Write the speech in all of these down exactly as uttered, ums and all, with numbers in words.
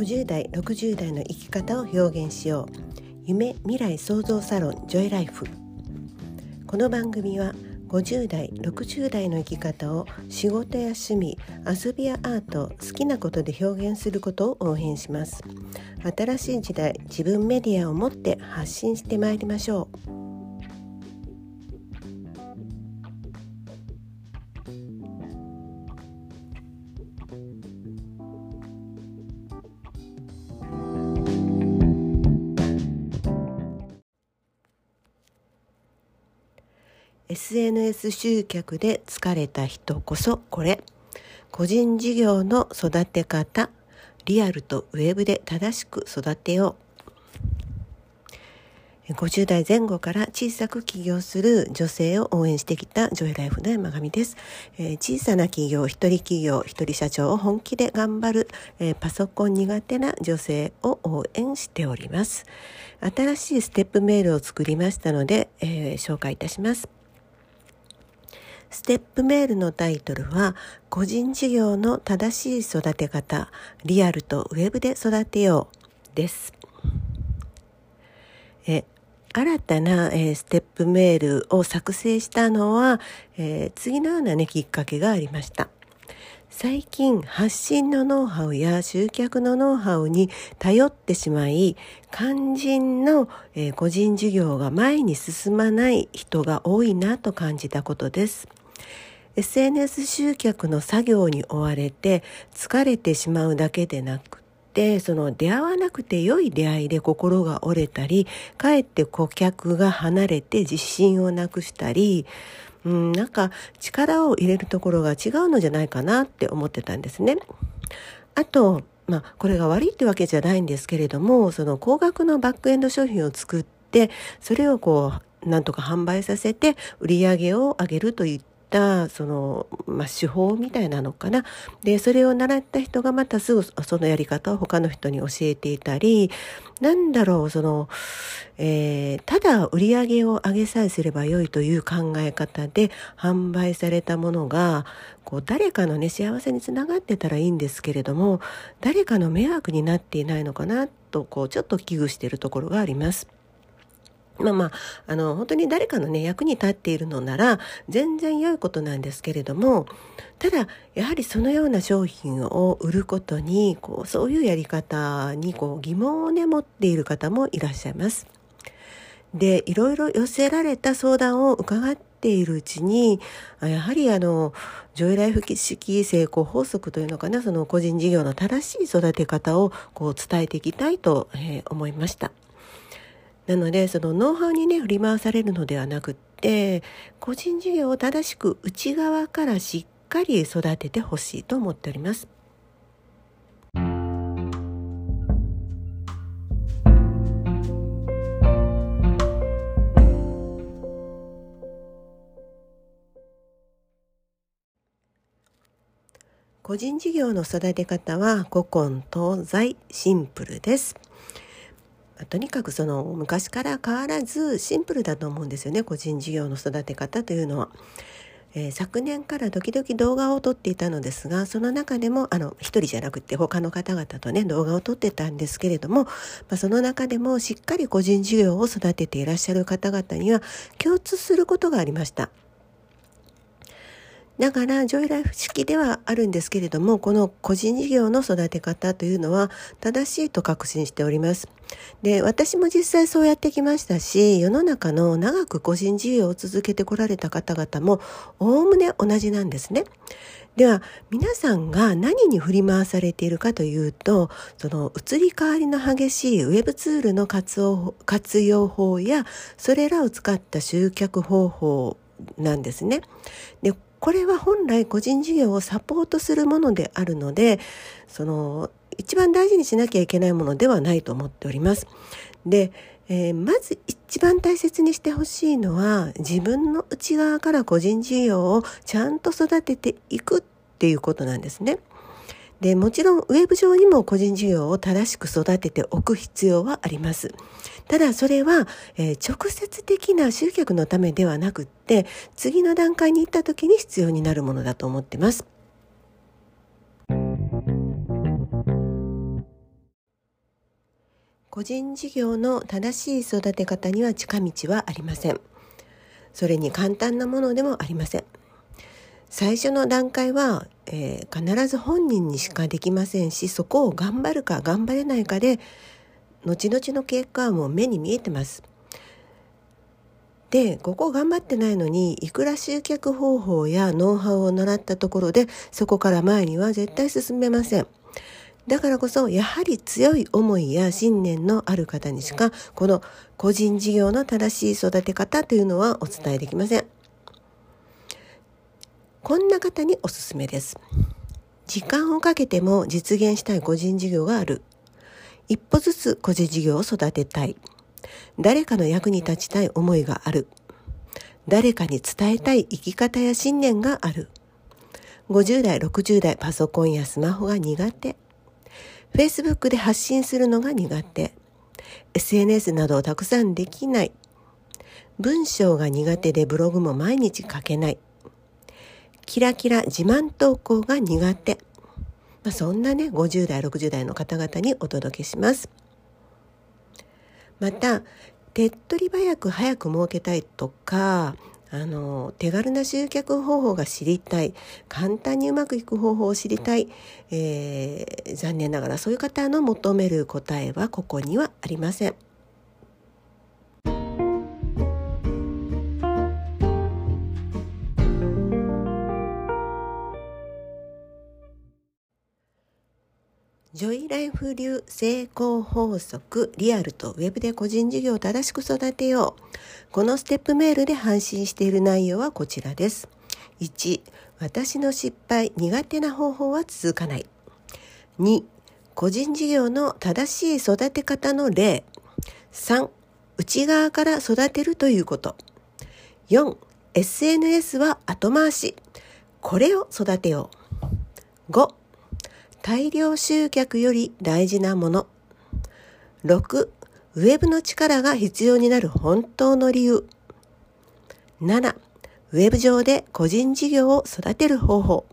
ごじゅう代、ろくじゅう代の生き方を表現しよう。夢未来創造サロンジョイライフ。この番組はごじゅう代、ろくじゅう代の生き方を仕事や趣味、遊びやアート、好きなことで表現することを応援します。新しい時代、自分メディアを持って発信してまいりましょう。エスエヌエス 集客で疲れた人こそこれ。個人事業の育て方、リアルとウェブで正しく育てよう。ごじゅう代前後から小さく起業する女性を応援してきたジョイライフの山上です。えー、小さな企業、一人企業、一人社長を本気で頑張る、えー、パソコン苦手な女性を応援しております。新しいステップメールを作りましたので、えー、紹介いたします。ステップメールのタイトルは、個人事業の正しい育て方、リアルとウェブで育てようです。え新たな、えー、ステップメールを作成したのは、えー、次のような、ね、きっかけがありました。最近、発信のノウハウや集客のノウハウに頼ってしまい、肝心の、えー、個人事業が前に進まない人が多いなと感じたことです。エスエヌエス 集客の作業に追われて疲れてしまうだけでなくて、その出会わなくて良い出会いで心が折れたり、かえって顧客が離れて自信をなくしたり、うん、なんか力を入れるところが違うのじゃないかなって思ってたんですね。あと、まあこれが悪いってわけじゃないんですけれども、その高額のバックエンド商品を作って、それをこうなんとか販売させて売り上げを上げるといったその、まあ、手法みたいなのかな。で、それを習った人がまたすぐそのやり方を他の人に教えていたり、なんだろう、その、えー、ただ売り上げを上げさえすれば良いという考え方で販売されたものが、こう誰かのね、幸せにつながってたらいいんですけれども、誰かの迷惑になっていないのかなと、こうちょっと危惧しているところがあります。まあまあ、あの、本当に誰かのね、役に立っているのなら、全然良いことなんですけれども、ただ、やはりそのような商品を売ることに、こう、そういうやり方に、こう、疑問をね、持っている方もいらっしゃいます。で、いろいろ寄せられた相談を伺っているうちに、やはりあの、ジョイライフ式成功法則というのかな、その個人事業の正しい育て方を、こう、伝えていきたいと、えー、思いました。なので、そのノウハウにね、振り回されるのではなくって、個人事業を正しく内側からしっかり育ててほしいと思っております。個人事業の育て方は古今東西シンプルです。とにかくその昔から変わらずシンプルだと思うんですよね、個人事業の育て方というのは。えー、昨年から時々動画を撮っていたのですが、その中でもあの一人じゃなくて他の方々とね動画を撮ってたんですけれども、まあ、その中でもしっかり個人事業を育てていらっしゃる方々には共通することがありました。だからジョイライフ式ではあるんですけれども、この個人事業の育て方というのは正しいと確信しております。で、私も実際そうやってきましたし、世の中の長く個人事業を続けてこられた方々もおおむね同じなんですね。では皆さんが何に振り回されているかというと、その移り変わりの激しいウェブツールの活用、活用法やそれらを使った集客方法なんですね。でこれは本来個人事業をサポートするものであるので、その一番大事にしなきゃいけないものではないと思っております。で、えー、まず一番大切にしてほしいのは、自分の内側から個人事業をちゃんと育てていくっていうことなんですね。で、もちろんウェブ上にも個人事業を正しく育てておく必要はあります。ただそれは、えー、直接的な集客のためではなくって、次の段階に行った時に必要になるものだと思ってます。 個人事業の正しい育て方には近道はありません。それに簡単なものでもありません。最初の段階は、えー、必ず本人にしかできませんし、そこを頑張るか頑張れないかで後々の結果はもう目に見えてます。で、ここ頑張ってないのにいくら集客方法やノウハウを習ったところでそこから前には絶対進めません。だからこそやはり強い思いや信念のある方にしかこの個人事業の正しい育て方というのはお伝えできません。こんな方におすすめです。時間をかけても実現したい個人事業がある。一歩ずつ個人事業を育てたい。誰かの役に立ちたい思いがある。誰かに伝えたい生き方や信念がある。ごじゅう代、ろくじゅう代、パソコンやスマホが苦手。Facebook で発信するのが苦手。エスエヌエス などをたくさんできない。文章が苦手でブログも毎日書けない。キラキラ自慢投稿が苦手。まあ、そんなね、ごじゅう代、ろくじゅう代の方々にお届けします。また、手っ取り早く早く儲けたいとか、あの手軽な集客方法が知りたい、簡単にうまくいく方法を知りたい、えー、残念ながらそういう方の求める答えはここにはありません。ジョイライフ流成功法則、リアルとウェブで個人事業を正しく育てよう。このステップメールで配信している内容はこちらです。いち、私の失敗、苦手な方法は続かない。に、個人事業の正しい育て方の例。さん、内側から育てるということ。よん、エスエヌエス は後回し。これを育てよう。ご、大量集客より大事なもの。ろく、ウェブの力が必要になる本当の理由。なな、ウェブ上で個人事業を育てる方法。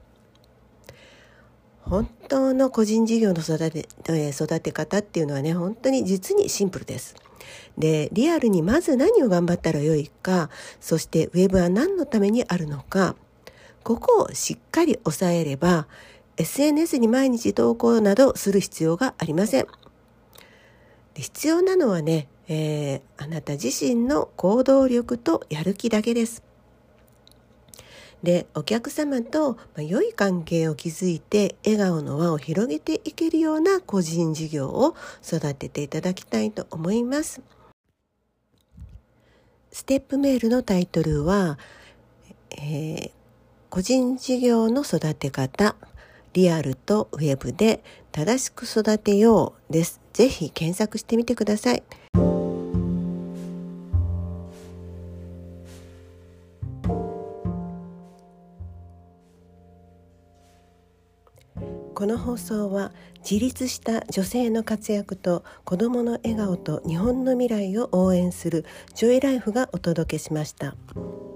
本当の個人事業の育て、育て方っていうのはね、本当に実にシンプルです。で、リアルにまず何を頑張ったらよいか、そしてウェブは何のためにあるのか、ここをしっかり押さえれば、エスエヌエス に毎日投稿などする必要がありません。必要なのはね、えー、あなた自身の行動力とやる気だけです。で、お客様と良い関係を築いて笑顔の輪を広げていけるような個人事業を育てていただきたいと思います。ステップメールのタイトルは、えー、個人事業の育て方、リアルとウェブで正しく育てようです。ぜひ検索してみてください。この放送は自立した女性の活躍と子どもの笑顔と日本の未来を応援するジョイライフがお届けしました。